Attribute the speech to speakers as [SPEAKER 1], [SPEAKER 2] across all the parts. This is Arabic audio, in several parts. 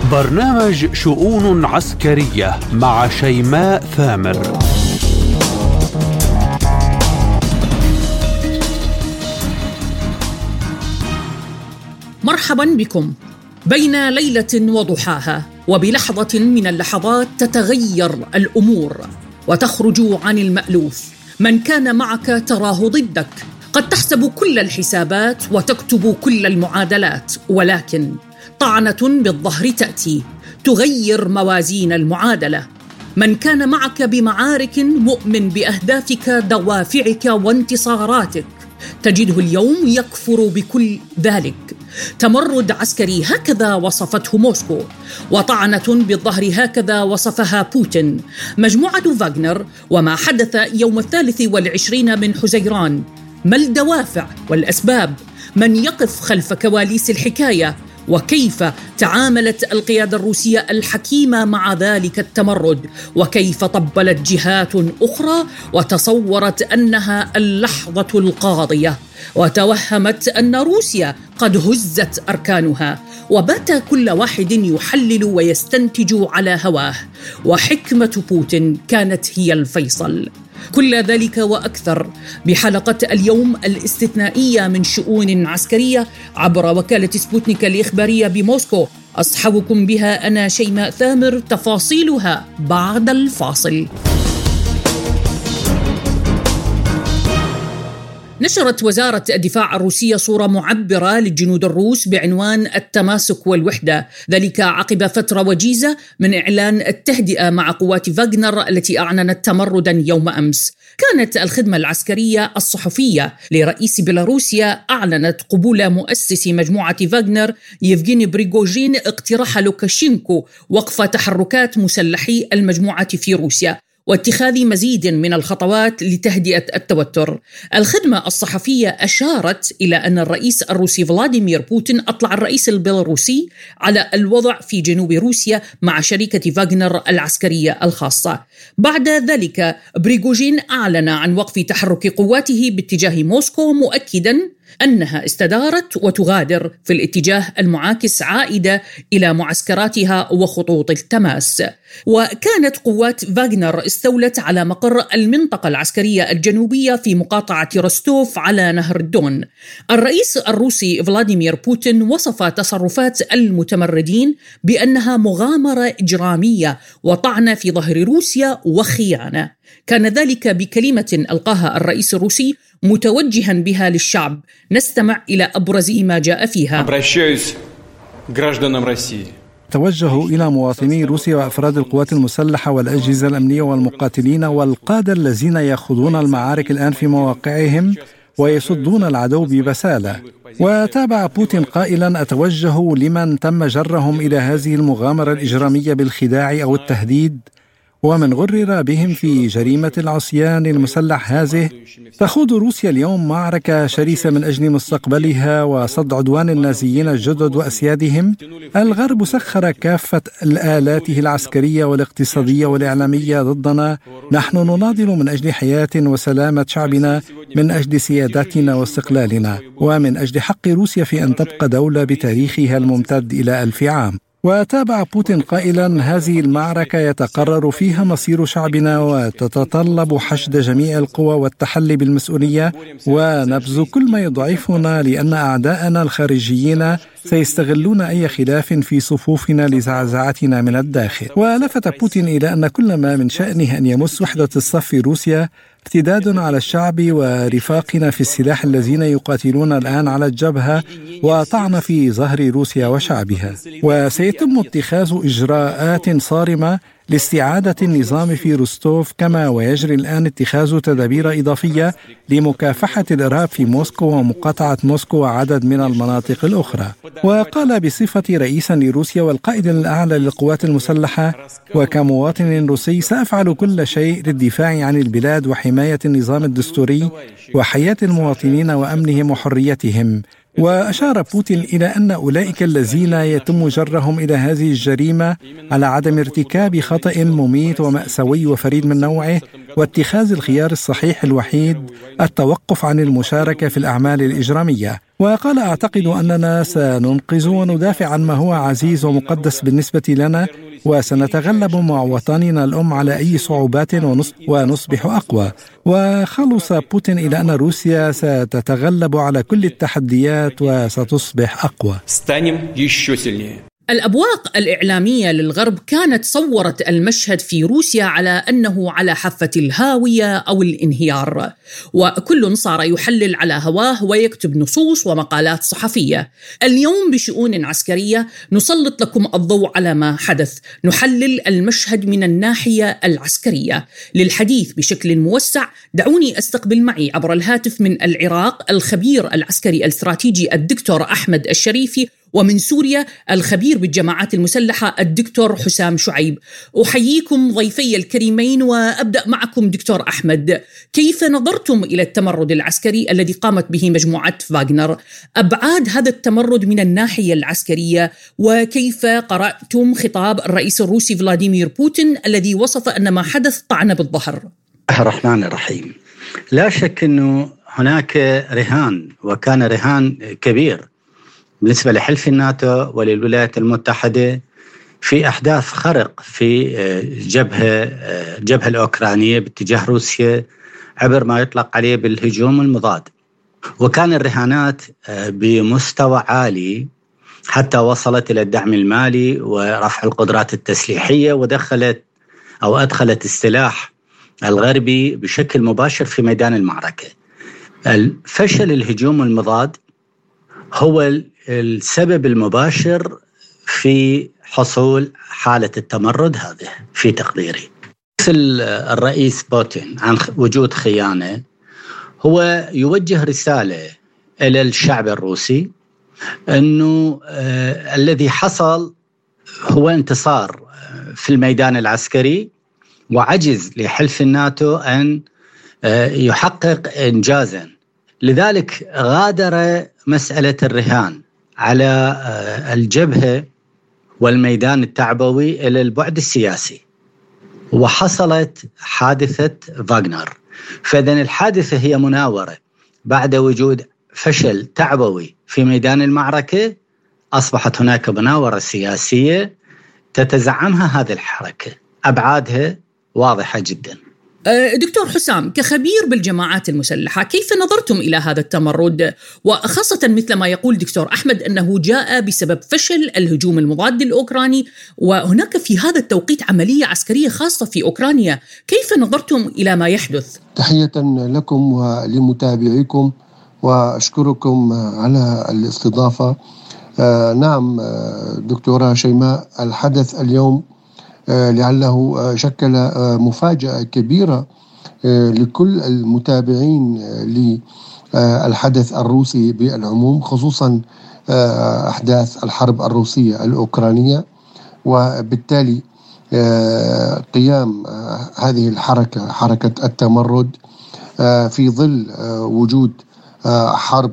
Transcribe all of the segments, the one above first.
[SPEAKER 1] برنامج شؤون عسكرية مع شيماء ثامر.
[SPEAKER 2] مرحبا بكم. بين ليلة وضحاها وبلحظة من اللحظات تتغير الأمور وتخرج عن المألوف. من كان معك تراه ضدك. قد تحسب كل الحسابات وتكتب كل المعادلات، ولكن طعنة بالظهر تأتي تغير موازين المعادلة. من كان معك بمعارك مؤمن بأهدافك دوافعك وانتصاراتك، تجده اليوم يكفر بكل ذلك. تمرد عسكري هكذا وصفته موسكو، وطعنة بالظهر هكذا وصفها بوتين. مجموعة فاغنر وما حدث يوم 23 من حزيران. ما الدوافع والأسباب؟ من يقف خلف كواليس الحكاية؟ وكيف تعاملت القيادة الروسية الحكيمة مع ذلك التمرد؟ وكيف طبلت جهات أخرى وتصورت أنها اللحظة القاضية، وتوهمت أن روسيا قد هزت أركانها، وبات كل واحد يحلل ويستنتج على هواه، وحكمة بوتين كانت هي الفيصل. كل ذلك وأكثر بحلقة اليوم الاستثنائية من شؤون عسكرية عبر وكالة سبوتنيك الإخبارية بموسكو. أصحبكم بها أنا شيماء ثامر، تفاصيلها بعد الفاصل. نشرت وزارة الدفاع الروسية صورة معبرة للجنود الروس بعنوان التماسك والوحدة، ذلك عقب فترة وجيزة من إعلان التهدئة مع قوات فاغنر التي أعلنت تمردا يوم أمس. كانت الخدمة العسكرية الصحفية لرئيس بيلاروسيا أعلنت قبول مؤسس مجموعة فاغنر يفغيني بريغوجين اقتراح لوكاشينكو وقف تحركات مسلحي المجموعة في روسيا واتخاذ مزيد من الخطوات لتهدئة التوتر. الخدمة الصحفية أشارت إلى أن الرئيس الروسي فلاديمير بوتين أطلع الرئيس البيلاروسي على الوضع في جنوب روسيا مع شركة فاغنر العسكرية الخاصة. بعد ذلك بريغوجين أعلن عن وقف تحرك قواته باتجاه موسكو، مؤكداً أنها استدارت وتغادر في الاتجاه المعاكس عائدة إلى معسكراتها وخطوط التماس. وكانت قوات فاغنر استولت على مقر المنطقة العسكرية الجنوبية في مقاطعة روستوف على نهر الدون. الرئيس الروسي فلاديمير بوتين وصف تصرفات المتمردين بأنها مغامرة إجرامية وطعن في ظهر روسيا وخيانة. كان ذلك بكلمة ألقاها الرئيس الروسي متوجها بها للشعب. نستمع إلى أبرز ما جاء فيها.
[SPEAKER 3] توجه إلى مواطني روسيا وأفراد القوات المسلحة والأجهزة الأمنية والمقاتلين والقادة الذين يخوضون المعارك الآن في مواقعهم ويصدون العدو ببسالة. وتابع بوتين قائلا: أتوجه لمن تم جرهم إلى هذه المغامرة الإجرامية بالخداع أو التهديد ومن غرر بهم في جريمة العصيان المسلح هذه. تخوض روسيا اليوم معركة شرسة من أجل مستقبلها وصد عدوان النازيين الجدد وأسيادهم. الغرب سخر كافة آلاته العسكرية والاقتصادية والإعلامية ضدنا. نحن نناضل من أجل حياة وسلامة شعبنا، من أجل سيادتنا واستقلالنا، ومن أجل حق روسيا في أن تبقى دولة بتاريخها الممتد إلى 1000 عام. وتابع بوتين قائلا: هذه المعركة يتقرر فيها مصير شعبنا وتتطلب حشد جميع القوى والتحلي بالمسؤولية ونبذ كل ما يضعفنا، لأن أعداءنا الخارجيين سيستغلون أي خلاف في صفوفنا لزعزعتنا من الداخل. ولفت بوتين إلى أن كل ما من شأنه أن يمس وحدة الصف في روسيا ارتداد على الشعب ورفاقنا في السلاح الذين يقاتلون الآن على الجبهة وطعن في ظهر روسيا وشعبها. وسيتم اتخاذ إجراءات صارمة لاستعادة النظام في روستوف، كما ويجري الآن اتخاذ تدابير إضافية لمكافحة الإرهاب في موسكو ومقاطعة موسكو وعدد من المناطق الأخرى. وقال بصفة رئيسا لروسيا والقائد الأعلى للقوات المسلحة: وكمواطن روسي سأفعل كل شيء للدفاع عن البلاد وحماية النظام الدستوري وحياة المواطنين وأمنهم وحريتهم. وأشار بوتين إلى أن أولئك الذين يتم جرهم إلى هذه الجريمة على عدم ارتكاب خطأ مميت ومأساوي وفريد من نوعه، واتخاذ الخيار الصحيح الوحيد التوقف عن المشاركة في الأعمال الإجرامية. وقال: أعتقد أننا سننقذ وندافع عن ما هو عزيز ومقدس بالنسبة لنا، وسنتغلب مع وطننا الأم على أي صعوبات ونصبح أقوى. وخلص بوتين إلى أن روسيا ستتغلب على كل التحديات وستصبح أقوى.
[SPEAKER 2] الأبواق الإعلامية للغرب كانت صورت المشهد في روسيا على أنه على حافة الهاوية أو الانهيار، وكل صار يحلل على هواه ويكتب نصوص ومقالات صحفية. اليوم بشؤون عسكرية نسلط لكم الضوء على ما حدث، نحلل المشهد من الناحية العسكرية. للحديث بشكل موسع دعوني أستقبل معي عبر الهاتف من العراق الخبير العسكري الاستراتيجي الدكتور أحمد الشريفي، ومن سوريا الخبير بالجماعات المسلحة الدكتور حسام شعيب. أحييكم ضيفي الكريمين، وأبدأ معكم دكتور أحمد. كيف نظرتم إلى التمرد العسكري الذي قامت به مجموعة فاغنر؟ أبعاد هذا التمرد من الناحية العسكرية، وكيف قرأتم خطاب الرئيس الروسي فلاديمير بوتين الذي وصف أن ما حدث طعن بالظهر؟
[SPEAKER 4] الرحمن الرحيم. لا شك أنه هناك رهان، وكان رهان كبير بالنسبة لحلف الناتو وللولايات المتحدة في أحداث خرق في جبهة الأوكرانية باتجاه روسيا عبر ما يطلق عليه بالهجوم المضاد. وكان الرهانات بمستوى عالي حتى وصلت إلى الدعم المالي ورفع القدرات التسليحية، أدخلت السلاح الغربي بشكل مباشر في ميدان المعركة. الفشل الهجوم المضاد هو السبب المباشر في حصول حالة التمرد هذه في تقديري. الرئيس بوتين عن وجود خيانة هو يوجه رسالة إلى الشعب الروسي أنه الذي حصل هو انتصار في الميدان العسكري، وعجز لحلف الناتو أن يحقق إنجازا. لذلك غادر مسألة الرهان على الجبهة والميدان التعبوي إلى البعد السياسي، وحصلت حادثة فاغنر. فإذن الحادثة هي مناورة بعد وجود فشل تعبوي في ميدان المعركة، أصبحت هناك مناورة سياسية تتزعمها هذه الحركة. أبعادها واضحة جدا.
[SPEAKER 2] دكتور حسام، كخبير بالجماعات المسلحة، كيف نظرتم إلى هذا التمرد، وخاصة مثل ما يقول دكتور أحمد أنه جاء بسبب فشل الهجوم المضاد الأوكراني، وهناك في هذا التوقيت عملية عسكرية خاصة في أوكرانيا؟ كيف نظرتم إلى ما يحدث؟
[SPEAKER 5] تحية لكم ولمتابعيكم، وأشكركم على الاستضافة. نعم دكتورة شيماء، الحدث اليوم لعله شكل مفاجأة كبيرة لكل المتابعين للحدث الروسي بالعموم، خصوصا أحداث الحرب الروسية الأوكرانية، وبالتالي قيام هذه حركة التمرد في ظل وجود حرب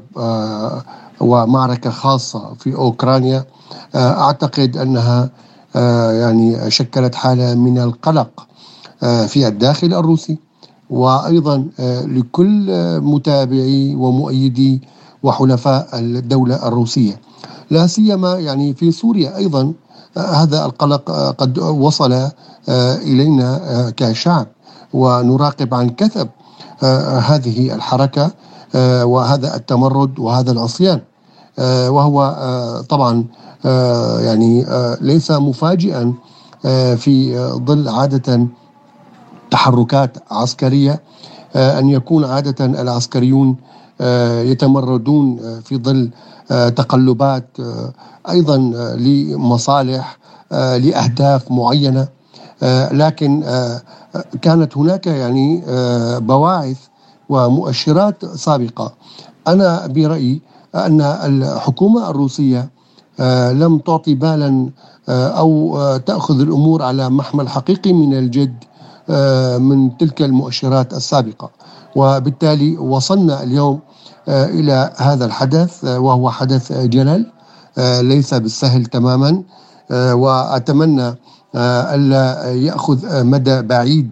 [SPEAKER 5] ومعركة خاصة في أوكرانيا. أعتقد أنها يعني شكلت حالة من القلق في الداخل الروسي، وأيضا لكل متابعي ومؤيدي وحلفاء الدولة الروسية، لا سيما يعني في سوريا. أيضا هذا القلق قد وصل إلينا كشعب، ونراقب عن كثب هذه الحركة وهذا التمرد وهذا العصيان، وهو طبعا يعني ليس مفاجئا في ظل عادة تحركات عسكرية أن يكون عادة العسكريون يتمردون في ظل تقلبات أيضا لمصالح لأهداف معينة، لكن كانت هناك يعني بواعث ومؤشرات سابقة. أنا برأيي أن الحكومة الروسية لم تعطي بالا أو تأخذ الأمور على محمل حقيقي من الجد من تلك المؤشرات السابقة، وبالتالي وصلنا اليوم إلى هذا الحدث، وهو حدث جلل ليس بالسهل تماما، وأتمنى ألا يأخذ مدى بعيد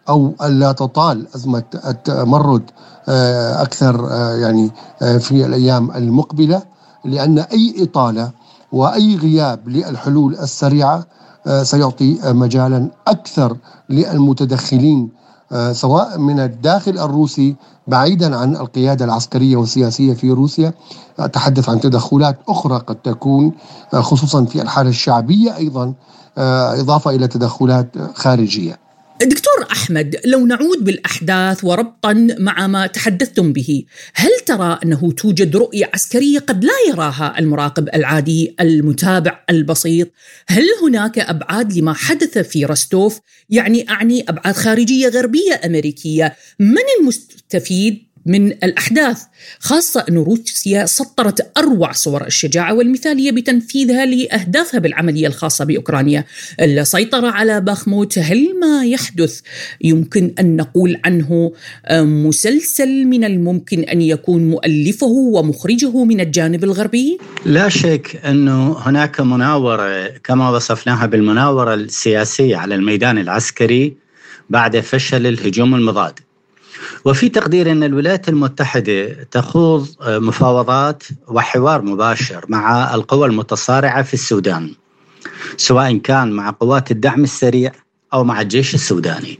[SPEAKER 5] أو ألا تطال أزمة التمرد أكثر يعني في الأيام المقبلة، لأن أي إطالة وأي غياب للحلول السريعة سيعطي مجالا أكثر للمتدخلين سواء من الداخل الروسي بعيدا عن القيادة العسكرية والسياسية في روسيا. أتحدث عن تدخلات أخرى قد تكون خصوصا في الحالة الشعبية أيضا، إضافة إلى تدخلات خارجية.
[SPEAKER 2] دكتور أحمد، لو نعود بالأحداث وربطا مع ما تحدثتم به، هل ترى أنه توجد رؤية عسكرية قد لا يراها المراقب العادي المتابع البسيط؟ هل هناك أبعاد لما حدث في روستوف؟ يعني أعني أبعاد خارجية غربية أمريكية. من المستفيد من الأحداث، خاصة أن روسيا سطرت أروع صور الشجاعة والمثالية بتنفيذها لأهدافها بالعملية الخاصة بأوكرانيا، السيطرة على باخموت؟ هل ما يحدث يمكن أن نقول عنه مسلسل من الممكن أن يكون مؤلفه ومخرجه من الجانب الغربي؟
[SPEAKER 4] لا شك أنه هناك مناورة كما وصفناها بالمناورة السياسية على الميدان العسكري بعد فشل الهجوم المضاد. وفي تقدير أن الولايات المتحدة تخوض مفاوضات وحوار مباشر مع القوى المتصارعة في السودان، سواء كان مع قوات الدعم السريع أو مع الجيش السوداني.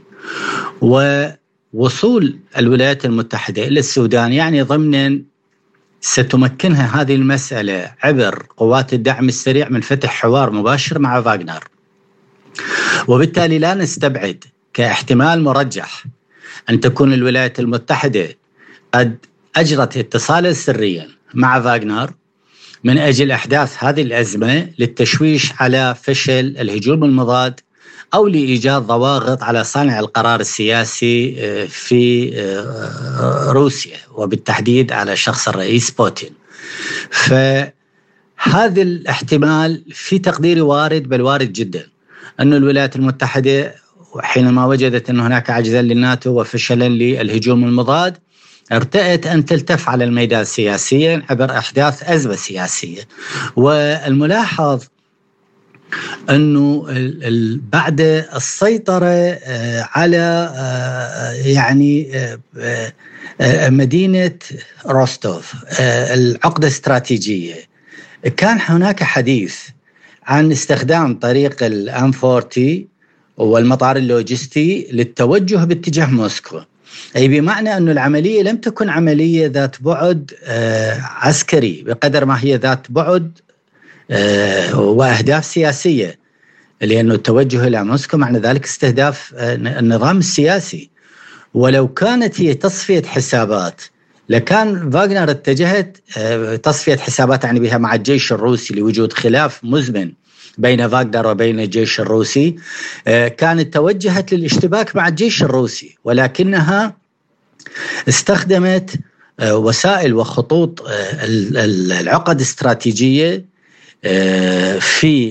[SPEAKER 4] ووصول الولايات المتحدة إلى السودان يعني ضمن ستمكنها هذه المسألة عبر قوات الدعم السريع من فتح حوار مباشر مع فاغنر. وبالتالي لا نستبعد كاحتمال مرجح أن تكون الولايات المتحدة قد أجرت اتصالا سريا مع فاغنر من أجل أحداث هذه الأزمة للتشويش على فشل الهجوم المضاد أو لإيجاد ضواغط على صانع القرار السياسي في روسيا، وبالتحديد على شخص الرئيس بوتين. فهذا الاحتمال في تقديري وارد، بل وارد جدا، أن الولايات المتحدة حينما وجدت أن هناك عجزا للناتو وفشلا للهجوم المضاد ارتأت أن تلتف على الميدان سياسيا عبر أحداث أزمة سياسية. والملاحظ أنه بعد السيطرة على يعني مدينة روستوف العقدة الاستراتيجية، كان هناك حديث عن استخدام طريق الام40 والمطار اللوجستي للتوجه باتجاه موسكو، أي بمعنى أن العملية لم تكن عملية ذات بعد عسكري بقدر ما هي ذات بعد وأهداف سياسية، لأنه التوجه إلى موسكو معنى ذلك استهداف النظام السياسي. ولو كانت هي تصفية حسابات لكان فاغنر اتجهت تصفية حسابات يعني بها مع الجيش الروسي لوجود خلاف مزمن بين فاغنر وبين الجيش الروسي، كانت توجهت للاشتباك مع الجيش الروسي، ولكنها استخدمت وسائل وخطوط العقد الاستراتيجية في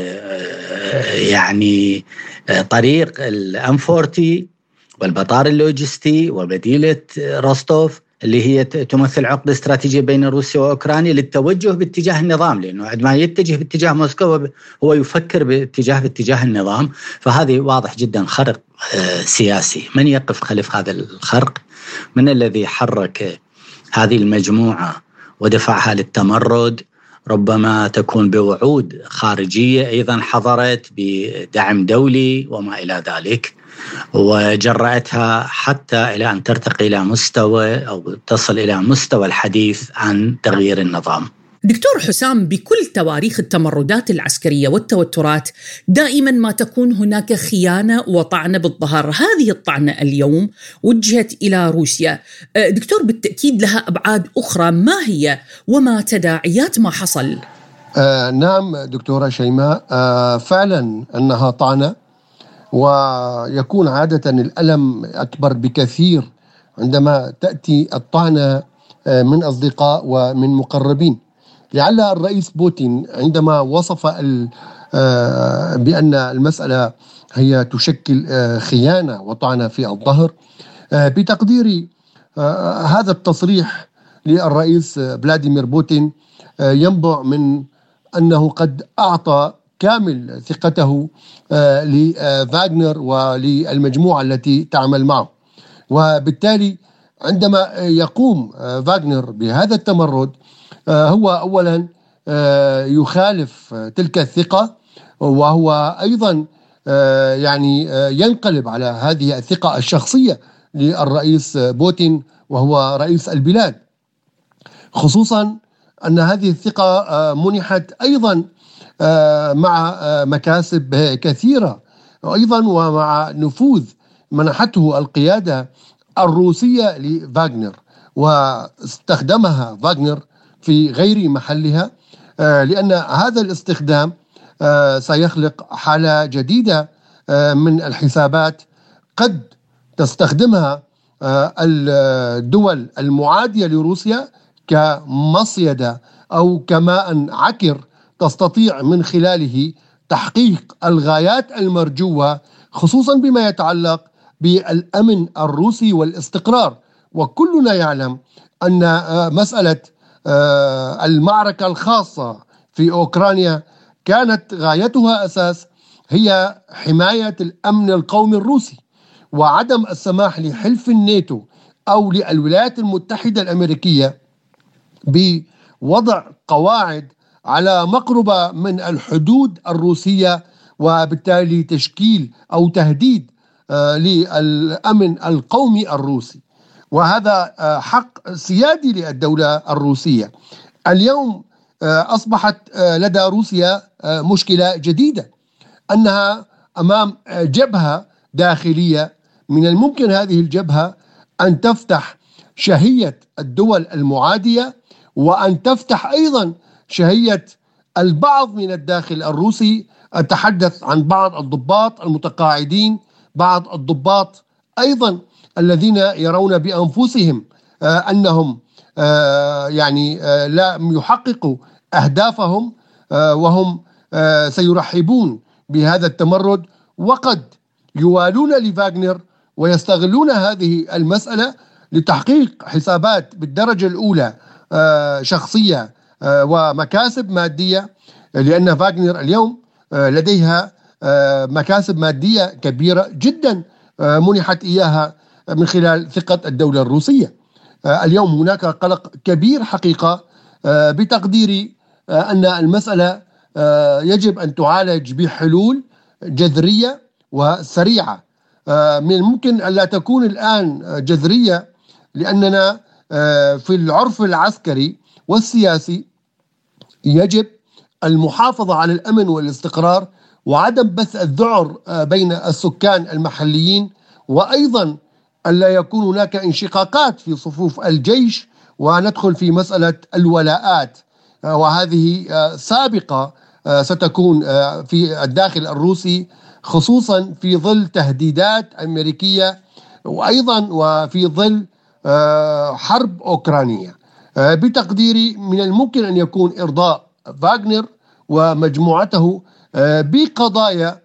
[SPEAKER 4] يعني طريق الام40 والمطار اللوجستي ومدينة روستوف اللي هي تمثل عقدة استراتيجية بين روسيا وأوكرانيا للتوجه باتجاه النظام، لأنه عندما يتجه باتجاه موسكو هو يفكر باتجاه النظام. فهذه واضح جدا خرق سياسي. من يقف خلف هذا الخرق؟ من الذي حرك هذه المجموعة ودفعها للتمرد؟ ربما تكون بوعود خارجية أيضا حضرت بدعم دولي وما إلى ذلك، وجرأتها حتى إلى أن ترتقي إلى مستوى أو تصل إلى مستوى الحديث عن تغيير النظام.
[SPEAKER 2] دكتور حسام، بكل تواريخ التمردات العسكرية والتوترات دائما ما تكون هناك خيانة وطعنة بالظهر. هذه الطعنة اليوم وجهت إلى روسيا، دكتور بالتأكيد لها أبعاد أخرى، ما هي وما تداعيات ما حصل؟
[SPEAKER 5] نعم دكتورة شيماء، فعلا أنها طعنة، ويكون عادة الألم أكبر بكثير عندما تأتي الطعنة من أصدقاء ومن مقربين. لعل الرئيس بوتين عندما وصف بأن المسألة هي تشكل خيانة وطعنة في الظهر، بتقديري هذا التصريح للرئيس فلاديمير بوتين ينبع من أنه قد أعطى كامل ثقته لفاغنر وللمجموعة التي تعمل معه. وبالتالي عندما يقوم فاغنر بهذا التمرد هو أولا يخالف تلك الثقة، وهو أيضا يعني ينقلب على هذه الثقة الشخصية للرئيس بوتين وهو رئيس البلاد، خصوصا أن هذه الثقة منحت أيضا مع مكاسب كثيرة، وأيضا ومع نفوذ منحته القيادة الروسية لفاغنر، واستخدمها فاغنر في غير محلها، لأن هذا الاستخدام سيخلق حالة جديدة من الحسابات قد تستخدمها الدول المعادية لروسيا كمصيدة أو كماء عكر تستطيع من خلاله تحقيق الغايات المرجوة، خصوصا بما يتعلق بالأمن الروسي والاستقرار. وكلنا يعلم أن مسألة المعركة الخاصة في أوكرانيا كانت غايتها أساس هي حماية الأمن القومي الروسي، وعدم السماح لحلف الناتو أو للولايات المتحدة الأمريكية بوضع قواعد على مقربة من الحدود الروسية، وبالتالي تشكيل أو تهديد للأمن القومي الروسي. وهذا حق سيادي للدولة الروسية. اليوم أصبحت لدى روسيا مشكلة جديدة، أنها أمام جبهة داخلية من الممكن هذه الجبهة أن تفتح شهية الدول المعادية، وأن تفتح أيضا شهية البعض من الداخل الروسي. أتحدث عن بعض الضباط المتقاعدين، بعض الضباط أيضا الذين يرون بأنفسهم أنهم يعني لا يحققوا أهدافهم، وهم سيرحبون بهذا التمرد، وقد يوالون لفاغنر ويستغلون هذه المسألة لتحقيق حسابات بالدرجة الأولى شخصية ومكاسب مادية، لأن فاغنر اليوم لديها مكاسب مادية كبيرة جدا منحت إياها من خلال ثقة الدولة الروسية. اليوم هناك قلق كبير حقيقة بتقديري أن المسألة يجب أن تعالج بحلول جذرية وسريعة. من الممكن أن لا تكون الآن جذرية، لأننا في العرف العسكري والسياسي يجب المحافظة على الأمن والاستقرار وعدم بث الذعر بين السكان المحليين، وأيضا ألا يكون هناك انشقاقات في صفوف الجيش وندخل في مسألة الولاءات، وهذه سابقة ستكون في الداخل الروسي، خصوصا في ظل تهديدات أمريكية وأيضا وفي ظل حرب أوكرانية. بتقديري من الممكن أن يكون إرضاء فاغنر ومجموعته بقضايا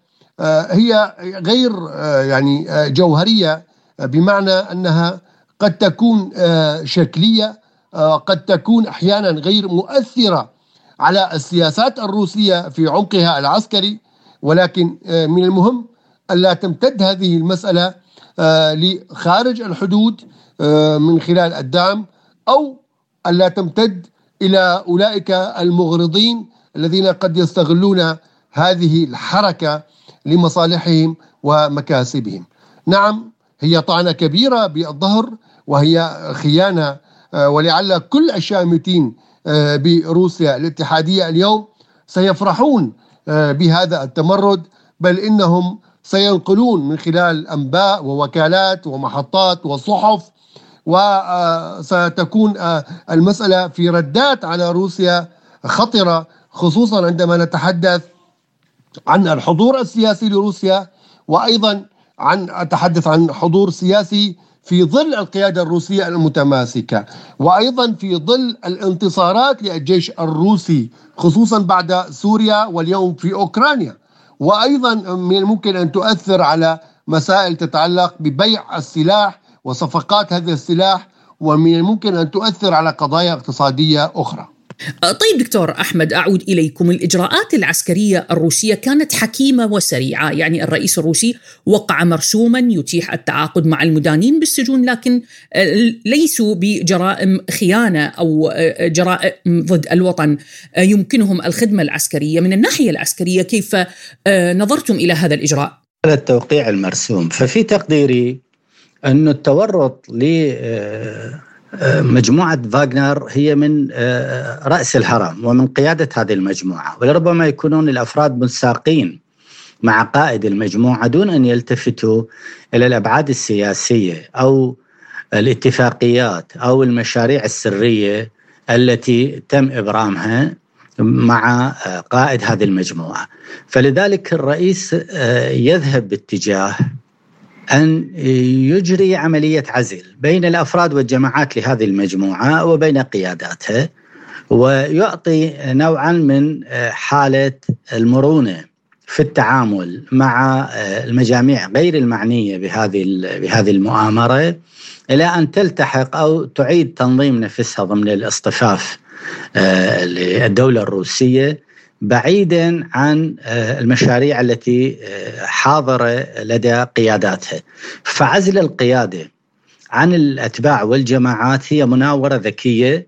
[SPEAKER 5] هي غير يعني جوهرية، بمعنى أنها قد تكون شكلية، قد تكون أحيانا غير مؤثرة على السياسات الروسية في عمقها العسكري، ولكن من المهم ألا تمتد هذه المسألة لخارج الحدود من خلال الدعم، أو ألا تمتد إلى أولئك المغرضين الذين قد يستغلون هذه الحركة لمصالحهم ومكاسبهم. نعم، هي طعنة كبيرة بالظهر وهي خيانة، ولعل كل الشامتين بروسيا الاتحادية اليوم سيفرحون بهذا التمرد، بل إنهم سينقلون من خلال أنباء ووكالات ومحطات وصحف، وستكون المسألة في ردات على روسيا خطرة، خصوصا عندما نتحدث عن الحضور السياسي لروسيا، وأيضا أتحدث عن حضور سياسي في ظل القيادة الروسية المتماسكة، وأيضا في ظل الانتصارات للجيش الروسي خصوصا بعد سوريا واليوم في أوكرانيا، وأيضا من الممكن أن تؤثر على مسائل تتعلق ببيع السلاح وصفقات هذا السلاح، ومن الممكن أن تؤثر على قضايا اقتصادية أخرى.
[SPEAKER 2] طيب دكتور أحمد، أعود إليكم. الإجراءات العسكرية الروسية كانت حكيمة وسريعة، يعني الرئيس الروسي وقع مرسوما يتيح التعاقد مع المدانين بالسجون، لكن ليسوا بجرائم خيانة أو جرائم ضد الوطن، يمكنهم الخدمة العسكرية. من الناحية العسكرية كيف نظرتم إلى هذا الإجراء؟
[SPEAKER 4] على التوقيع المرسوم، ففي تقديري أن التورط مجموعة فاغنر هي من رأس الهرم ومن قيادة هذه المجموعة، ولربما يكونون الأفراد منساقين مع قائد المجموعة دون أن يلتفتوا إلى الأبعاد السياسية أو الاتفاقيات أو المشاريع السرية التي تم إبرامها مع قائد هذه المجموعة. فلذلك الرئيس يذهب باتجاه أن يجري عملية عزل بين الأفراد والجماعات لهذه المجموعة وبين قياداتها، ويعطي نوعا من حالة المرونة في التعامل مع المجاميع غير المعنية بهذه المؤامرة إلى أن تلتحق أو تعيد تنظيم نفسها ضمن الاصطفاف للدولة الروسية، بعيدا عن المشاريع التي حاضرة لدى قياداتها. فعزل القيادة عن الأتباع والجماعات هي مناورة ذكية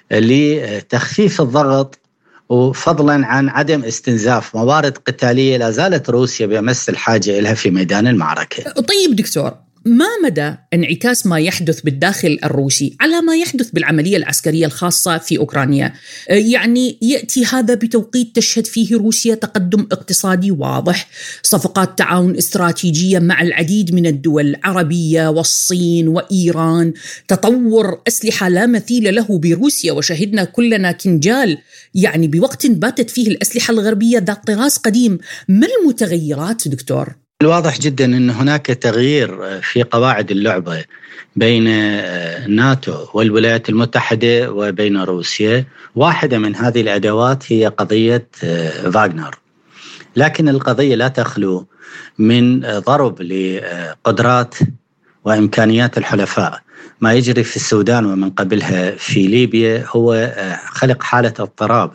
[SPEAKER 4] لتخفيف الضغط، وفضلا عن عدم استنزاف موارد قتالية لا زالت روسيا بأمس الحاجة إليها في ميدان المعركة.
[SPEAKER 2] طيب دكتور، ما مدى انعكاس ما يحدث بالداخل الروسي على ما يحدث بالعملية العسكرية الخاصة في أوكرانيا؟ يعني يأتي هذا بتوقيت تشهد فيه روسيا تقدم اقتصادي واضح، صفقات تعاون استراتيجية مع العديد من الدول العربية والصين وإيران، تطور أسلحة لا مثيل له بروسيا، وشهدنا كلنا كنجال يعني بوقت باتت فيه الأسلحة الغربية ذات طراز قديم. ما المتغيرات دكتور؟
[SPEAKER 4] الواضح جدا أن هناك تغيير في قواعد اللعبة بين ناتو والولايات المتحدة وبين روسيا. واحدة من هذه الأدوات هي قضية فاغنر، لكن القضية لا تخلو من ضرب لقدرات وإمكانيات الحلفاء. ما يجري في السودان ومن قبلها في ليبيا هو خلق حالة اضطراب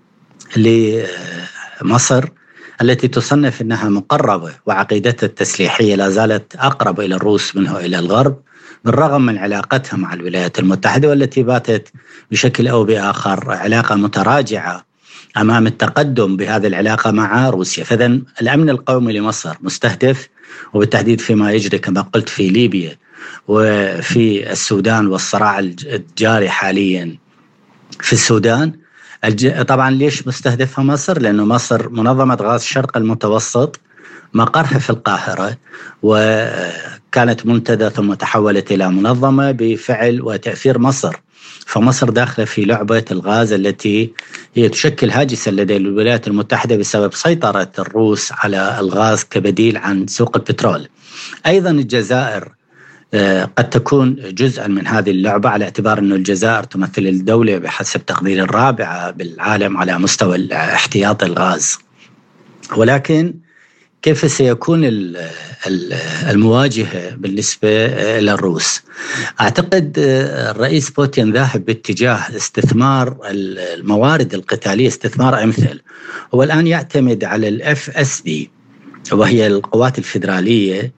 [SPEAKER 4] لمصر التي تصنف أنها مقربة وعقيدتها التسليحية لا زالت أقرب إلى الروس منه إلى الغرب، بالرغم من علاقتها مع الولايات المتحدة والتي باتت بشكل أو بآخر علاقة متراجعة أمام التقدم بهذه العلاقة مع روسيا. فإذن الأمن القومي لمصر مستهدف، وبالتحديد فيما يجري كما قلت في ليبيا وفي السودان والصراع الجاري حاليا في السودان. طبعا ليش مستهدفها مصر؟ لأنه مصر منظمة غاز الشرق المتوسط مقرها في القاهرة، وكانت منتدى ثم تحولت إلى منظمة بفعل وتأثير مصر. فمصر داخلة في لعبة الغاز التي هي تشكل هاجسا لدى الولايات المتحدة بسبب سيطرة الروس على الغاز كبديل عن سوق البترول. أيضا الجزائر قد تكون جزءا من هذه اللعبة، على اعتبار أن الجزائر تمثل الدولة بحسب تقدير الرابعة بالعالم على مستوى احتياط الغاز. ولكن كيف سيكون المواجهة بالنسبة للروس؟ أعتقد الرئيس بوتين ذاهب باتجاه استثمار الموارد القتالية استثمار أمثل. هو الآن يعتمد على الFSB وهي القوات الفيدرالية،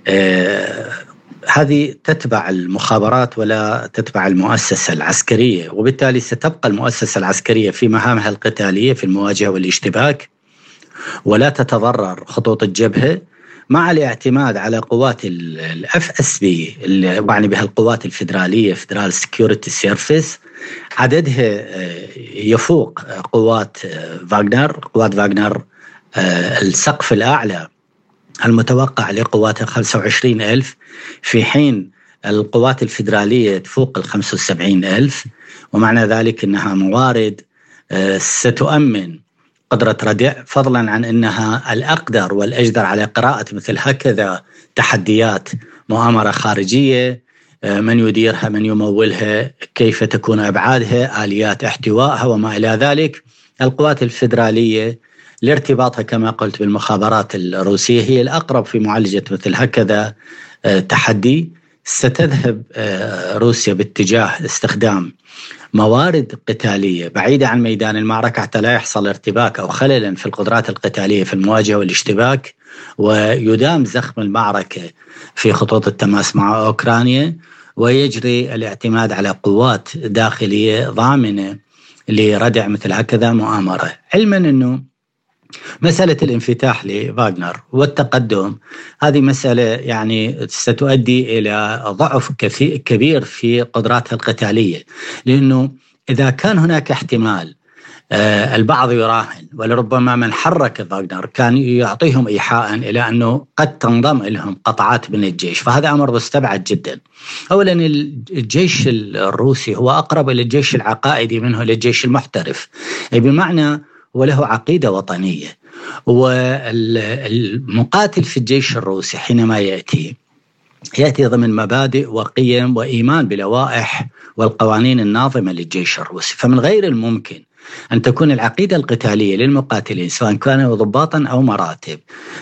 [SPEAKER 4] هذه تتبع المخابرات ولا تتبع المؤسسة العسكرية، وبالتالي ستبقى المؤسسة العسكرية في مهامها القتالية في المواجهة والاشتباك ولا تتضرر خطوط الجبهة، مع الاعتماد على قوات الFSB اللي يعني بها القوات الفيدرالية Federal Security Service. عددها يفوق قوات فاغنر. السقف الأعلى المتوقع لقواتها 25,000، في حين القوات الفيدرالية تفوق 75,000، ومعنى ذلك أنها موارد ستؤمن قدرة ردع، فضلا عن أنها الأقدر والأجدر على قراءة مثل هكذا تحديات مؤامرة خارجية، من يديرها، من يمولها، كيف تكون أبعادها، آليات احتوائها وما إلى ذلك. القوات الفيدرالية لارتباطها كما قلت بالمخابرات الروسية هي الأقرب في معالجة مثل هكذا تحدي. ستذهب روسيا باتجاه استخدام موارد قتالية بعيدة عن ميدان المعركة حتى لا يحصل ارتباك أو خلل في القدرات القتالية في المواجهة والاشتباك، ويدام زخم المعركة في خطوط التماس مع أوكرانيا، ويجري الاعتماد على قوات داخلية ضامنة لردع مثل هكذا مؤامرة، علما أنه مسألة الانفتاح لفاغنر والتقدم هذه مسألة يعني ستؤدي إلى ضعف كبير في قدراتها القتالية، لأنه إذا كان هناك احتمال البعض يراهن ولربما من حرك فاغنر كان يعطيهم إيحاء إلى أنه قد تنضم لهم قطعات من الجيش، فهذا أمر مستبعد جدا. أولا الجيش الروسي هو أقرب إلى الجيش العقائدي منه إلى الجيش المحترف، بمعنى وله عقيدة وطنية، والمقاتل في الجيش الروسي حينما يأتي ضمن مبادئ وقيم وإيمان بلوائح والقوانين الناظمة للجيش الروسي، فمن غير الممكن أن تكون العقيدة القتالية للمقاتلين سواء كانوا ضباطا أو مراتب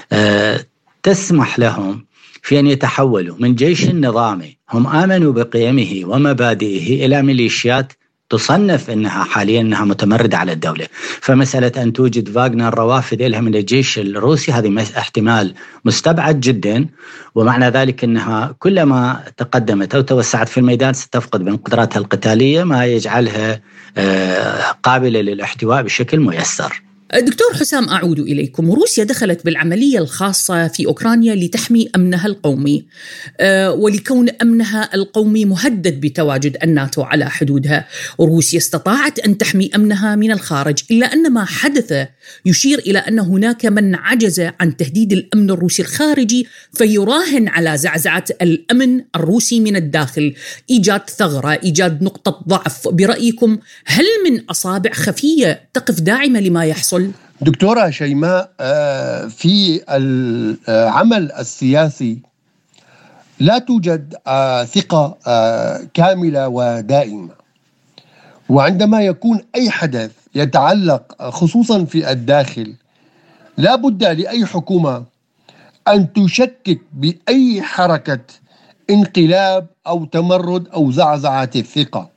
[SPEAKER 4] تسمح لهم في أن يتحولوا من جيش نظامي هم آمنوا بقيمه ومبادئه إلى ميليشيات تصنف أنها حاليا أنها متمردة على الدولة. فمسألة أن توجد فاغنر روافد لها من الجيش الروسي هذه احتمال مستبعد جدا، ومعنى ذلك أنها كلما تقدمت أو توسعت في الميدان ستفقد من قدراتها القتالية ما يجعلها قابلة للاحتواء بشكل ميسر.
[SPEAKER 2] دكتور حسام، أعود إليكم. روسيا دخلت بالعملية الخاصة في أوكرانيا لتحمي أمنها القومي، ولكون أمنها القومي مهدد بتواجد الناتو على حدودها. روسيا استطاعت أن تحمي أمنها من الخارج، إلا أن ما حدث يشير إلى أن هناك من عجز عن تهديد الأمن الروسي الخارجي فيراهن على زعزعة الأمن الروسي من الداخل، إيجاد ثغرة، إيجاد نقطة ضعف. برأيكم هل من أصابع خفية تقف داعمة لما يحصل؟
[SPEAKER 5] دكتورة شيماء، في العمل السياسي لا توجد ثقة كاملة ودائمة، وعندما يكون أي حدث يتعلق خصوصا في الداخل لا بد لأي حكومة أن تشكك بأي حركة انقلاب أو تمرد أو زعزعة الثقة،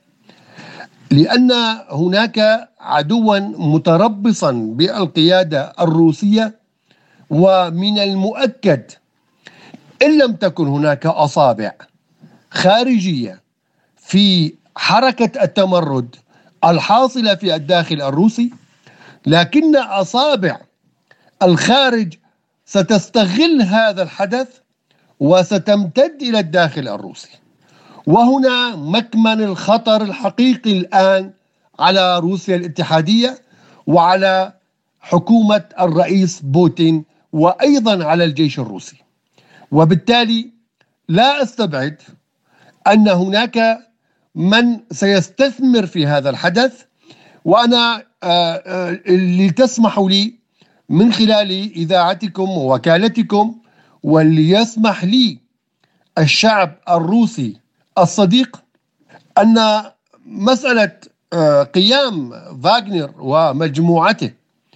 [SPEAKER 5] لأن هناك عدوا متربصا بالقيادة الروسية، ومن المؤكد إن لم تكن هناك أصابع خارجية في حركة التمرد الحاصلة في الداخل الروسي، لكن أصابع الخارج ستستغل هذا الحدث وستمتد إلى الداخل الروسي. وهنا مكمن الخطر الحقيقي الآن على روسيا الاتحادية وعلى حكومة الرئيس بوتين وأيضا على الجيش الروسي. وبالتالي لا أستبعد أن هناك من سيستثمر في هذا الحدث، وأنا اللي تسمحوا لي من خلال إذاعتكم ووكالتكم واللي يسمح لي الشعب الروسي الصديق أن مسألة قيام فاغنر ومجموعته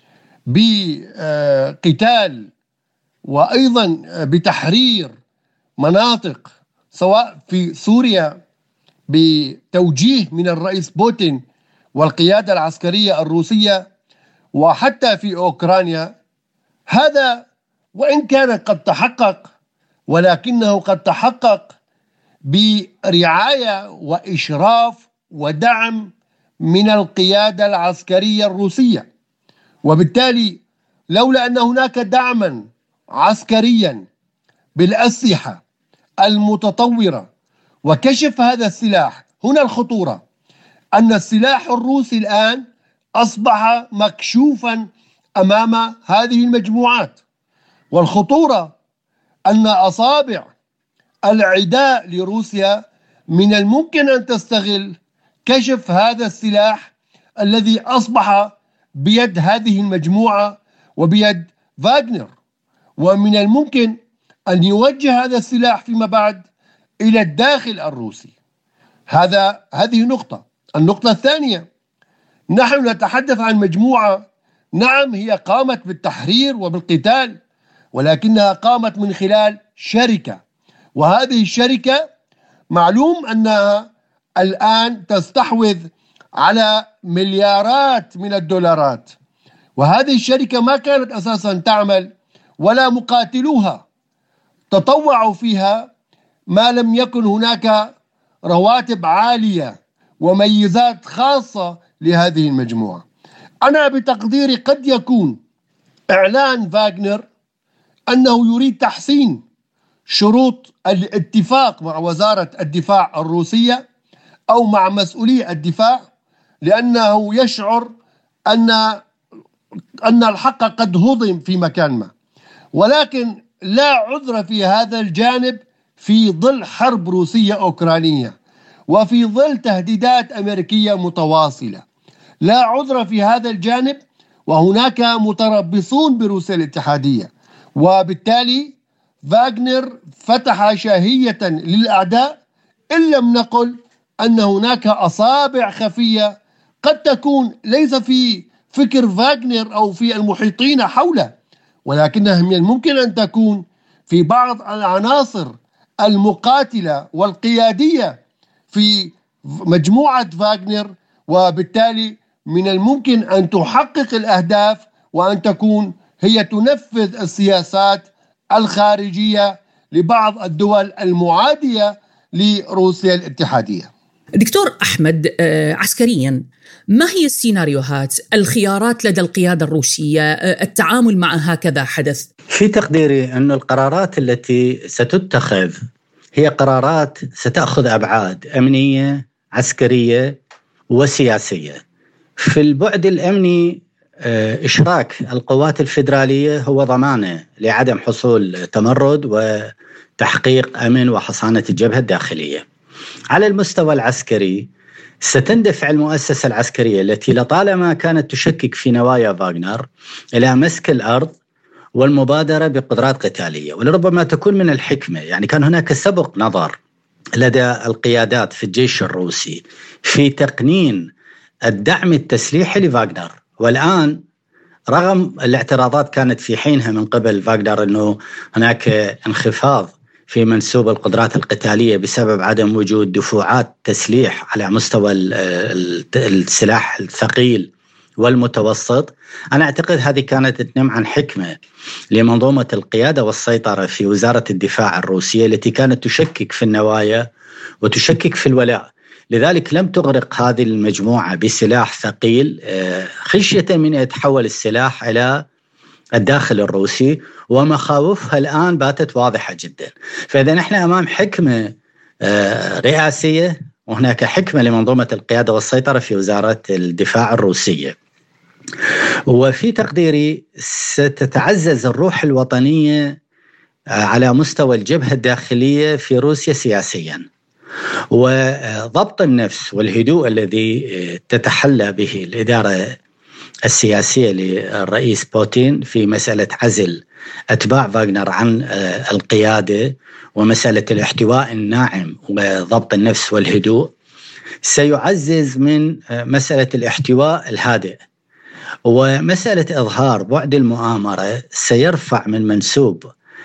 [SPEAKER 5] بقتال وأيضا بتحرير مناطق سواء في سوريا بتوجيه من الرئيس بوتين والقيادة العسكرية الروسية وحتى في أوكرانيا، هذا وإن كان قد تحقق ولكنه قد تحقق برعاية وإشراف ودعم من القيادة العسكرية الروسية. وبالتالي لولا أن هناك دعما عسكريا بالأسلحة المتطورة وكشف هذا السلاح، هنا الخطورة أن السلاح الروسي الآن أصبح مكشوفا أمام هذه المجموعات، والخطورة أن أصابع العداء لروسيا من الممكن أن تستغل كشف هذا السلاح الذي أصبح بيد هذه المجموعة وبيد فاغنر، ومن الممكن أن يوجه هذا السلاح فيما بعد إلى الداخل الروسي. هذه نقطة. النقطة الثانية، نحن نتحدث عن مجموعة نعم هي قامت بالتحرير وبالقتال، ولكنها قامت من خلال شركة، وهذه الشركة معلوم أنها الآن تستحوذ على مليارات من الدولارات، وهذه الشركة ما كانت أساسا تعمل ولا مقاتلوها تطوعوا فيها ما لم يكن هناك رواتب عالية وميزات خاصة لهذه المجموعة. أنا بتقديري قد يكون إعلان فاغنر أنه يريد تحسين شروط الاتفاق مع وزارة الدفاع الروسية أو مع مسؤولي الدفاع، لأنه يشعر أن الحق قد هضم في مكان ما، ولكن لا عذر في هذا الجانب في ظل حرب روسية أوكرانية وفي ظل تهديدات أمريكية متواصلة. لا عذر في هذا الجانب، وهناك متربصون بروسيا الاتحادية، وبالتالي فاغنر فتح شاهية للأعداء، إن لم نقل أن هناك أصابع خفية قد تكون ليس في فكر فاغنر أو في المحيطين حوله، ولكنها من الممكن أن تكون في بعض العناصر المقاتلة والقيادية في مجموعة فاغنر، وبالتالي من الممكن أن تحقق الأهداف وأن تكون هي تنفذ السياسات الخارجية لبعض الدول المعادية لروسيا الاتحادية.
[SPEAKER 2] دكتور أحمد، عسكريا ما هي السيناريوهات، الخيارات لدى القيادة الروسية التعامل مع هكذا حدث؟
[SPEAKER 4] في تقديري أن القرارات التي ستتخذ هي قرارات ستأخذ أبعاد أمنية عسكرية وسياسية. في البعد الأمني إشراك القوات الفيدرالية هو ضمانة لعدم حصول تمرد وتحقيق أمن وحصانة الجبهة الداخلية. على المستوى العسكري ستندفع المؤسسة العسكرية التي لطالما كانت تشكك في نوايا فاغنر إلى مسك الأرض والمبادرة بقدرات قتالية، ولربما تكون من الحكمة، يعني كان هناك سبق نظر لدى القيادات في الجيش الروسي في تقنين الدعم التسليحي لفاغنر، والآن رغم الاعتراضات كانت في حينها من قبل فاغنر أنه هناك انخفاض في منسوب القدرات القتالية بسبب عدم وجود دفوعات تسليح على مستوى السلاح الثقيل والمتوسط، أنا أعتقد هذه كانت تنم عن حكمة لمنظومة القيادة والسيطرة في وزارة الدفاع الروسية التي كانت تشكك في النوايا وتشكك في الولاء. لذلك لم تغرق هذه المجموعة بسلاح ثقيل خشية من يتحول السلاح إلى الداخل الروسي، ومخاوفها الآن باتت واضحة جدا. فإذا نحن أمام حكمة رئاسية، وهناك حكمة لمنظومة القيادة والسيطرة في وزارة الدفاع الروسية. وفي تقديري ستتعزز الروح الوطنية على مستوى الجبهة الداخلية في روسيا سياسيا، وضبط النفس والهدوء الذي تتحلى به الإدارة السياسية للرئيس بوتين في مسألة عزل أتباع فاغنر عن القيادة ومسألة الاحتواء الناعم وضبط النفس والهدوء سيعزز من مسألة الاحتواء الهادئ، ومسألة إظهار بعد المؤامرة سيرفع من منسوب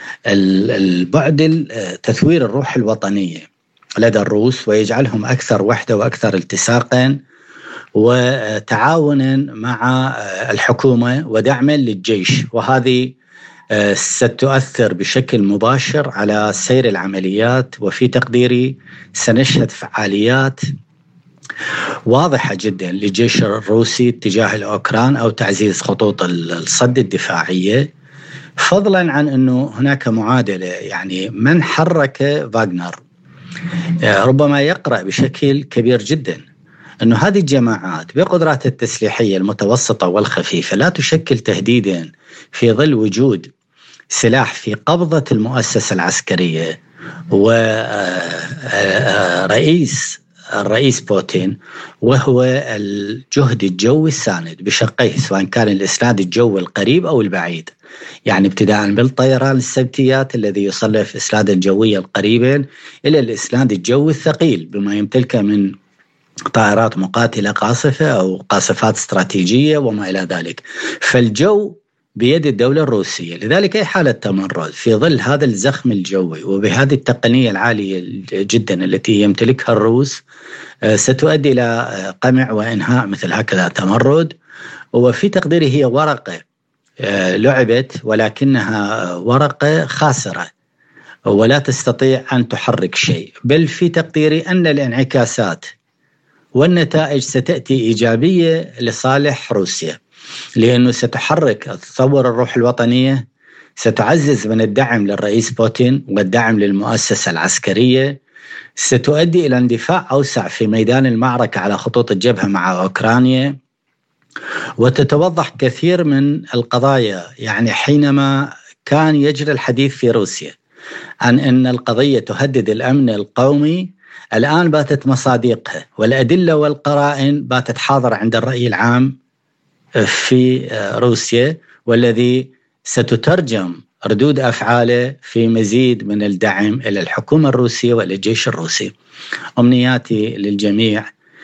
[SPEAKER 4] البعد تثوير الروح الوطنية لدى الروس، ويجعلهم أكثر وحدة وأكثر التصاقا وتعاونا مع الحكومة ودعما للجيش، وهذه ستؤثر بشكل مباشر على سير العمليات. وفي تقديري سنشهد فعاليات واضحة جدا للجيش الروسي تجاه الأوكران أو تعزيز خطوط الصد الدفاعية، فضلا عن أنه هناك معادلة، يعني من حرك فاغنر ربما يقرأ بشكل كبير جدا أنه هذه الجماعات بقدرات التسليحية المتوسطة والخفيفة لا تشكل تهديدا في ظل وجود سلاح في قبضة المؤسسة العسكرية الرئيس بوتين، وهو الجهد الجوي الساند بشقيه، سواء كان الإسناد الجوي القريب أو البعيد، يعني ابتداء بالطيران السبتيات الذي يصنف إسنادا جويا قريبا إلى الإسناد الجوي الثقيل بما يمتلكه من طائرات مقاتلة قاصفة أو قاصفات استراتيجية وما إلى ذلك. فالجو بيد الدولة الروسية. لذلك أي حالة تمرد في ظل هذا الزخم الجوي وبهذه التقنية العالية جدا التي يمتلكها الروس ستؤدي إلى قمع وإنهاء مثل هكذا تمرد. وفي تقديري هي ورقة لعبت، ولكنها ورقة خاسرة ولا تستطيع أن تحرك شيء، بل في تقديري أن الانعكاسات والنتائج ستأتي إيجابية لصالح روسيا، لأنه ستحرك تصور الروح الوطنية، ستعزز من الدعم للرئيس بوتين والدعم للمؤسسة العسكرية، ستؤدي إلى اندفاع أوسع في ميدان المعركة على خطوط الجبهة مع أوكرانيا، وتتوضح كثير من القضايا. يعني حينما كان يجري الحديث في روسيا عن أن القضية تهدد الأمن القومي، الآن باتت مصادقها والأدلة والقرائن باتت حاضرة عند الرأي العام في روسيا، والذي ستترجم ردود أفعاله في مزيد من الدعم إلى الحكومة الروسية وإلى الجيش الروسي. أمنياتي للجميع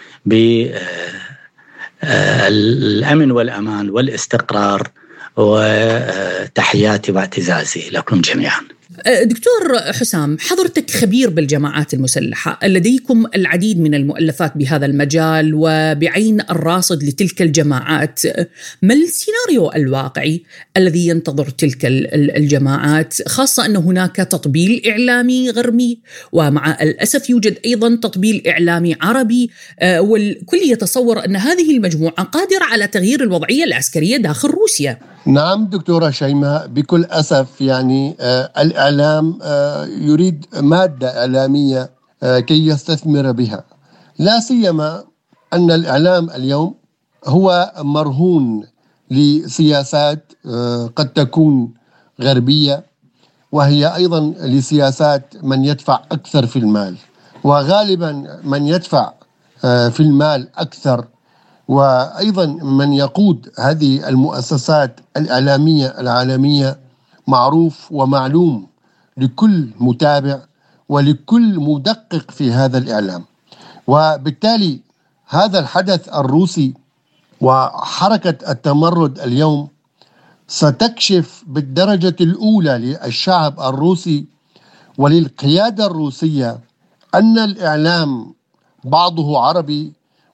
[SPEAKER 4] بالأمن والأمان والاستقرار، وتحياتي واعتزازي لكم جميعا.
[SPEAKER 2] دكتور حسام، حضرتك خبير بالجماعات المسلحة، لديكم العديد من المؤلفات بهذا المجال وبعين الراصد لتلك الجماعات. ما السيناريو الواقعي الذي ينتظر تلك الجماعات، خاصة أن هناك تطبيل إعلامي غربي ومع الأسف يوجد أيضا تطبيل إعلامي عربي، والكل يتصور أن هذه المجموعة قادرة على تغيير الوضعية العسكرية داخل روسيا؟
[SPEAKER 5] نعم دكتورة شيماء، بكل أسف يعني الإعلام يريد مادة إعلامية كي يستثمر بها، لا سيما أن الإعلام اليوم هو مرهون لسياسات قد تكون غربية، وهي أيضا لسياسات من يدفع أكثر في المال، وغالبا من يدفع في المال أكثر وأيضا من يقود هذه المؤسسات الإعلامية العالمية معروف ومعلوم لكل متابع ولكل مدقق في هذا الإعلام. وبالتالي هذا الحدث الروسي وحركة التمرد اليوم ستكشف بالدرجة الأولى للشعب الروسي وللقيادة الروسية أن الإعلام بعضه عربي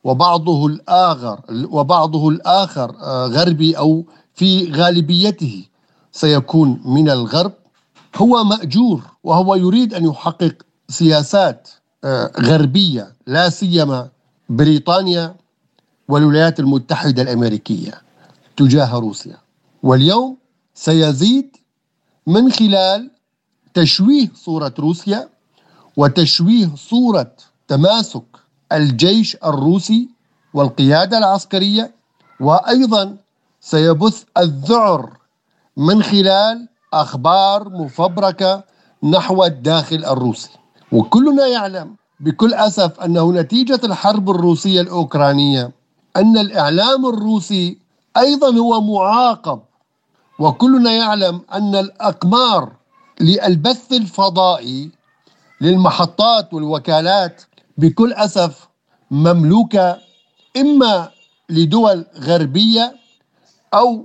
[SPEAKER 5] وبعضه الآخر غربي، أو في غالبيته سيكون من الغرب، هو مأجور وهو يريد أن يحقق سياسات غربية، لا سيما بريطانيا والولايات المتحدة الأمريكية تجاه روسيا. واليوم سيزيد من خلال تشويه صورة روسيا وتشويه صورة تماسك الجيش الروسي والقيادة العسكرية، وأيضا سيبث الذعر من خلال أخبار مفبركة نحو الداخل الروسي. وكلنا يعلم بكل أسف أنه نتيجة الحرب الروسية الأوكرانية أن الإعلام الروسي أيضا هو معاقب، وكلنا يعلم أن الأقمار للبث الفضائي للمحطات والوكالات بكل أسف مملوكة إما لدول غربية أو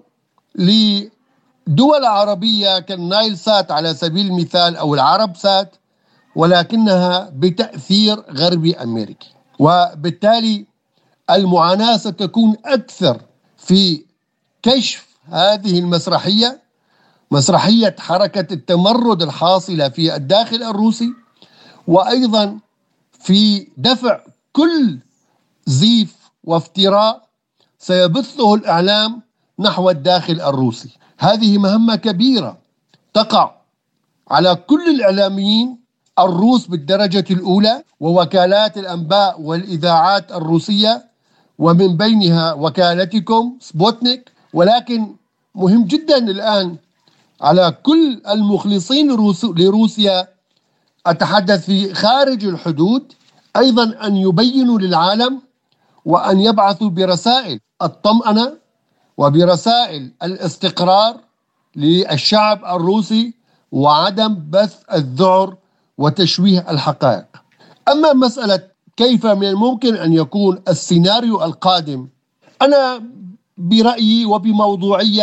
[SPEAKER 5] لدول عربية كالنايل سات على سبيل المثال أو العرب سات، ولكنها بتأثير غربي أمريكي. وبالتالي المعاناة ستكون أكثر في كشف هذه المسرحية، مسرحية حركة التمرد الحاصلة في الداخل الروسي، وأيضا في دفع كل زيف وافتراء سيبثه الإعلام نحو الداخل الروسي. هذه مهمة كبيرة تقع على كل الإعلاميين الروس بالدرجة الأولى ووكالات الأنباء والإذاعات الروسية، ومن بينها وكالتكم سبوتنيك، ولكن مهم جدا الآن على كل المخلصين لروسيا، أتحدث في خارج الحدود، أيضا أن يبينوا للعالم وأن يبعثوا برسائل الطمأنة وبرسائل الاستقرار للشعب الروسي وعدم بث الذعر وتشويه الحقائق. أما مسألة كيف من الممكن أن يكون السيناريو القادم، أنا برأيي وبموضوعية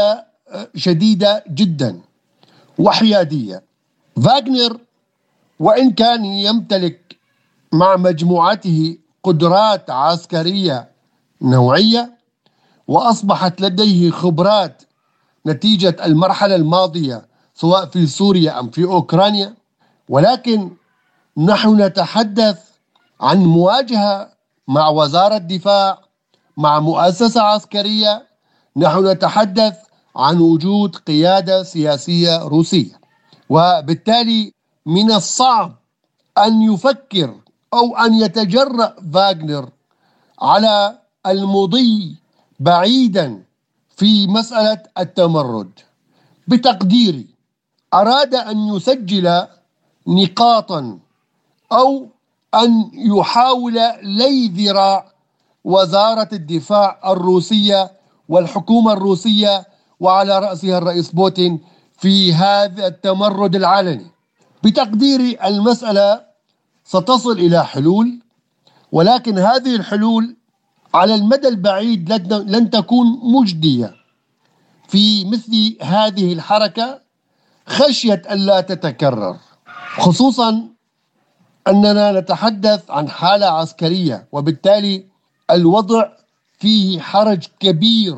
[SPEAKER 5] شديدة جدا وحيادية. فاغنر وإن كان يمتلك مع مجموعته قدرات عسكرية نوعية وأصبحت لديه خبرات نتيجة المرحلة الماضية سواء في سوريا أم في أوكرانيا، ولكن نحن نتحدث عن مواجهة مع وزارة دفاع، مع مؤسسة عسكرية. نحن نتحدث عن وجود قيادة سياسية روسية، وبالتالي من الصعب أن يفكر أو أن يتجرأ فاغنر على المضي بعيدا في مسألة التمرد. بتقديري أراد أن يسجل نقاطا أو أن يحاول لي ذراع وزارة الدفاع الروسية والحكومة الروسية وعلى رأسها الرئيس بوتين في هذا التمرد العلني. بتقديري المسألة ستصل إلى حلول، ولكن هذه الحلول على المدى البعيد لن تكون مجدية في مثل هذه الحركة خشية ألا تتكرر، خصوصا أننا نتحدث عن حالة عسكرية، وبالتالي الوضع فيه حرج كبير.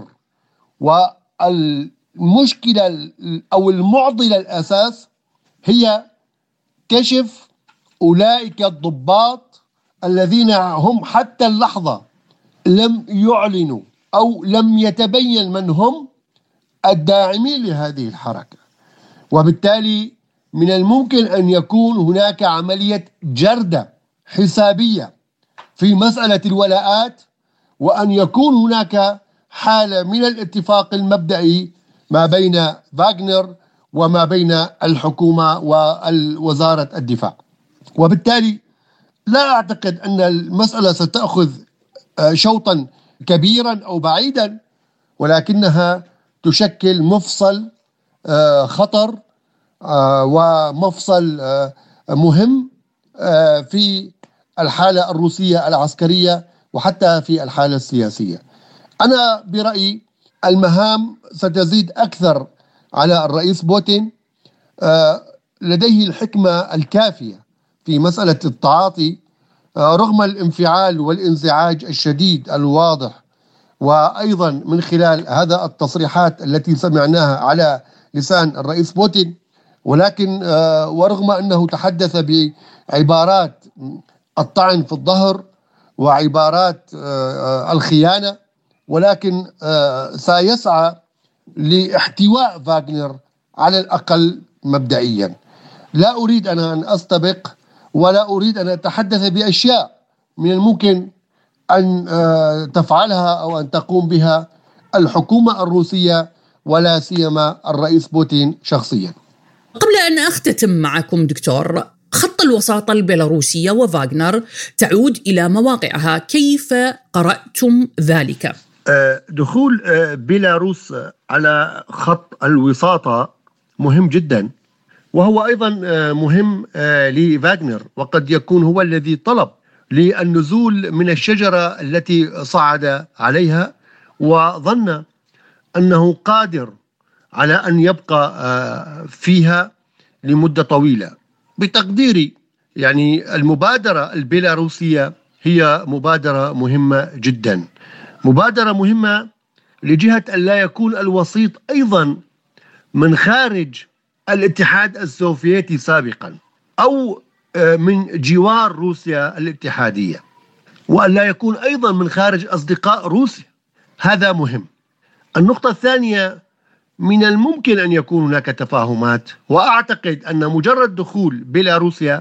[SPEAKER 5] والمشكلة أو المعضلة الأساس هي كشف أولئك الضباط الذين هم حتى اللحظة لم يعلنوا أو لم يتبين من هم الداعمين لهذه الحركة، وبالتالي من الممكن أن يكون هناك عملية جردة حسابية في مسألة الولاءات، وأن يكون هناك حالة من الاتفاق المبدئي ما بين فاغنر وما بين الحكومة ووزارة الدفاع. وبالتالي لا أعتقد أن المسألة ستأخذ شوطا كبيرا أو بعيدا، ولكنها تشكل مفصل خطر ومفصل مهم في الحالة الروسية العسكرية وحتى في الحالة السياسية. أنا برأيي المهام ستزيد أكثر على الرئيس بوتين. لديه الحكمة الكافية في مسألة التعاطي رغم الانفعال والانزعاج الشديد الواضح، وأيضا من خلال هذا التصريحات التي سمعناها على لسان الرئيس بوتين. ولكن ورغم أنه تحدث بعبارات الطعن في الظهر وعبارات الخيانة، ولكن سيسعى لاحتواء فاغنر على الأقل مبدئيا. لا أريد أن أستبق ولا أريد أن أتحدث بأشياء من الممكن أن تفعلها أو أن تقوم بها الحكومة الروسية ولا سيما الرئيس بوتين شخصيا.
[SPEAKER 2] قبل أن أختتم معكم دكتور، خط الوساطة البيلاروسية وفاغنر تعود إلى مواقعها، كيف قرأتم ذلك؟
[SPEAKER 5] دخول بيلاروس على خط الوساطة مهم جدا، وهو أيضا مهم لفاغنر، وقد يكون هو الذي طلب للنزول من الشجرة التي صعد عليها وظن أنه قادر على أن يبقى فيها لمدة طويلة. بتقديري يعني المبادرة البيلاروسية هي مبادرة مهمة جدا، مبادرة مهمة لجهة أن لا يكون الوسيط أيضا من خارج الاتحاد السوفيتي سابقا أو من جوار روسيا الاتحادية، وأن لا يكون أيضا من خارج أصدقاء روسيا. هذا مهم. النقطة الثانية، من الممكن أن يكون هناك تفاهمات، وأعتقد أن مجرد دخول بيلاروسيا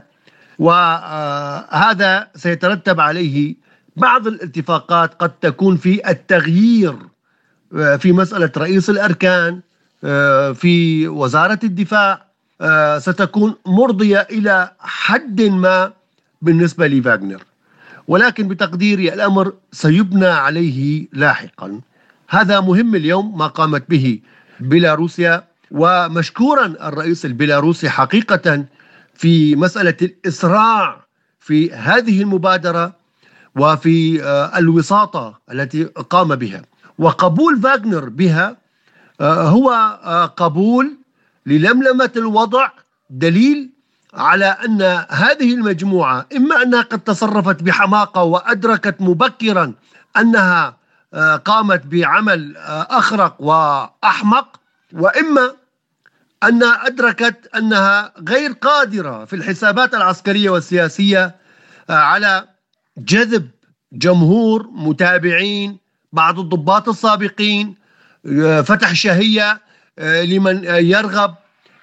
[SPEAKER 5] وهذا سيترتب عليه بعض الاتفاقات قد تكون في التغيير في مسألة رئيس الأركان في وزارة الدفاع، ستكون مرضية إلى حد ما بالنسبة لفاغنر، ولكن بتقديري الأمر سيبنى عليه لاحقا. هذا مهم اليوم ما قامت به بيلاروسيا، ومشكورا الرئيس البيلاروسي حقيقة في مسألة الإسراع في هذه المبادرة وفي الوساطة التي قام بها، وقبول فاغنر بها هو قبول للملمة الوضع، دليل على أن هذه المجموعة إما أنها قد تصرفت بحماقة وأدركت مبكرا أنها قامت بعمل أخرق وأحمق، وإما أنها أدركت أنها غير قادرة في الحسابات العسكرية والسياسية على جذب جمهور متابعين. بعض الضباط السابقين فتح شهية لمن يرغب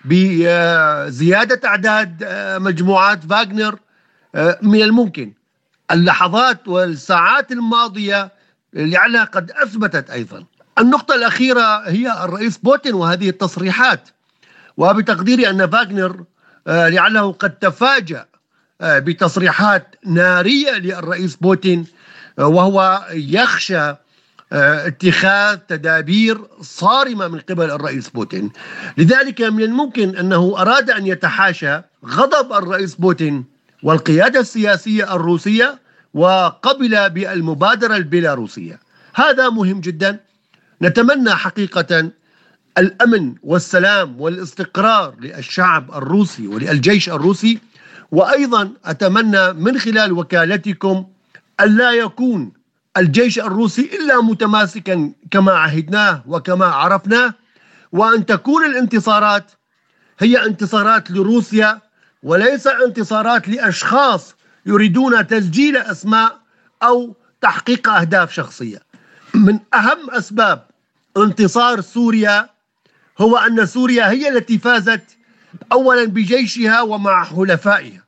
[SPEAKER 5] بزيادة أعداد مجموعات فاغنر. من الممكن اللحظات والساعات الماضية لعلها قد أثبتت أيضا. النقطة الأخيرة هي الرئيس بوتين وهذه التصريحات، وبتقديري أن فاغنر لعله قد تفاجأ بتصريحات نارية للرئيس بوتين، وهو يخشى اتخاذ تدابير صارمة من قبل الرئيس بوتين. لذلك من الممكن أنه أراد أن يتحاشى غضب الرئيس بوتين والقيادة السياسية الروسية وقبل بالمبادرة البيلاروسية. هذا مهم جدا. نتمنى حقيقة الأمن والسلام والاستقرار للشعب الروسي وللجيش الروسي، وأيضا أتمنى من خلال وكالتكم ألا يكون الجيش الروسي إلا متماسكا كما عهدناه وكما عرفناه، وأن تكون الانتصارات هي انتصارات لروسيا وليس انتصارات لأشخاص يريدون تسجيل أسماء أو تحقيق أهداف شخصية. من أهم أسباب انتصار سوريا هو أن سوريا هي التي فازت أولا بجيشها ومع حلفائها.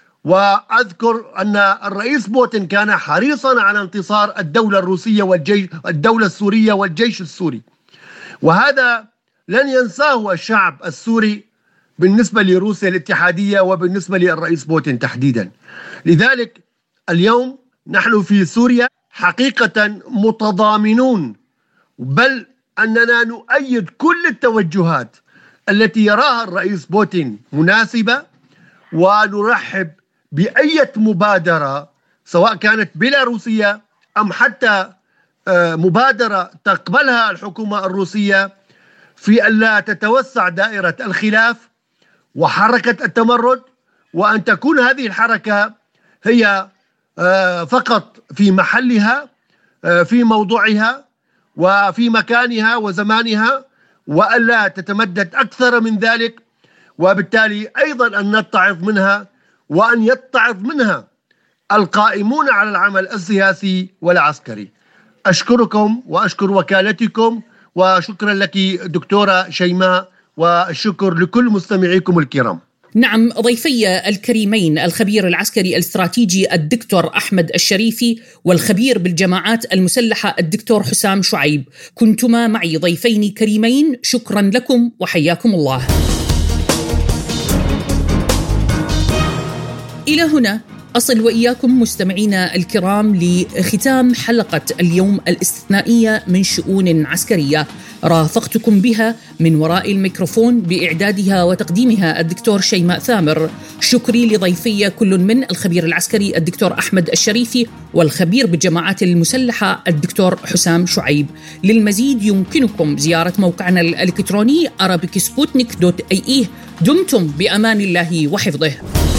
[SPEAKER 5] وأذكر أن الرئيس بوتين كان حريصا على انتصار الدولة الروسية والدولة السورية والجيش السوري، وهذا لن ينساه الشعب السوري بالنسبة لروسيا الاتحادية وبالنسبة للرئيس بوتين تحديدا. لذلك اليوم نحن في سوريا حقيقة متضامنون، بل أننا نؤيد كل التوجهات التي يراها الرئيس بوتين مناسبة، ونرحب بأي مبادرة سواء كانت بيلاروسية أم حتى مبادرة تقبلها الحكومة الروسية في ألا تتوسع دائرة الخلاف وحركة التمرد، وأن تكون هذه الحركة هي فقط في محلها في موضوعها وفي مكانها وزمانها، وألا تتمدد أكثر من ذلك، وبالتالي أيضا أن نتعظ منها وأن يتعظ منها القائمون على العمل السياسي والعسكري. أشكركم وأشكر وكالتكم، وشكرا لك دكتورة شيماء، والشكر لكل مستمعيكم الكرام.
[SPEAKER 2] نعم، ضيفي الكريمين الخبير العسكري الاستراتيجي الدكتور أحمد الشريفي والخبير بالجماعات المسلحة الدكتور حسام شعيب، كنتما معي ضيفين كريمين، شكرا لكم وحياكم الله. إلى هنا أصل وإياكم مستمعينا الكرام لختام حلقة اليوم الاستثنائية من شؤون عسكرية، رافقتكم بها من وراء الميكروفون بإعدادها وتقديمها الدكتور شيماء ثامر. شكري لضيفي كل من الخبير العسكري الدكتور أحمد الشريفي والخبير بالجماعات المسلحة الدكتور حسام شعيب. للمزيد يمكنكم زيارة موقعنا الإلكتروني arabicspoutnik.ae. دمتم بأمان الله وحفظه.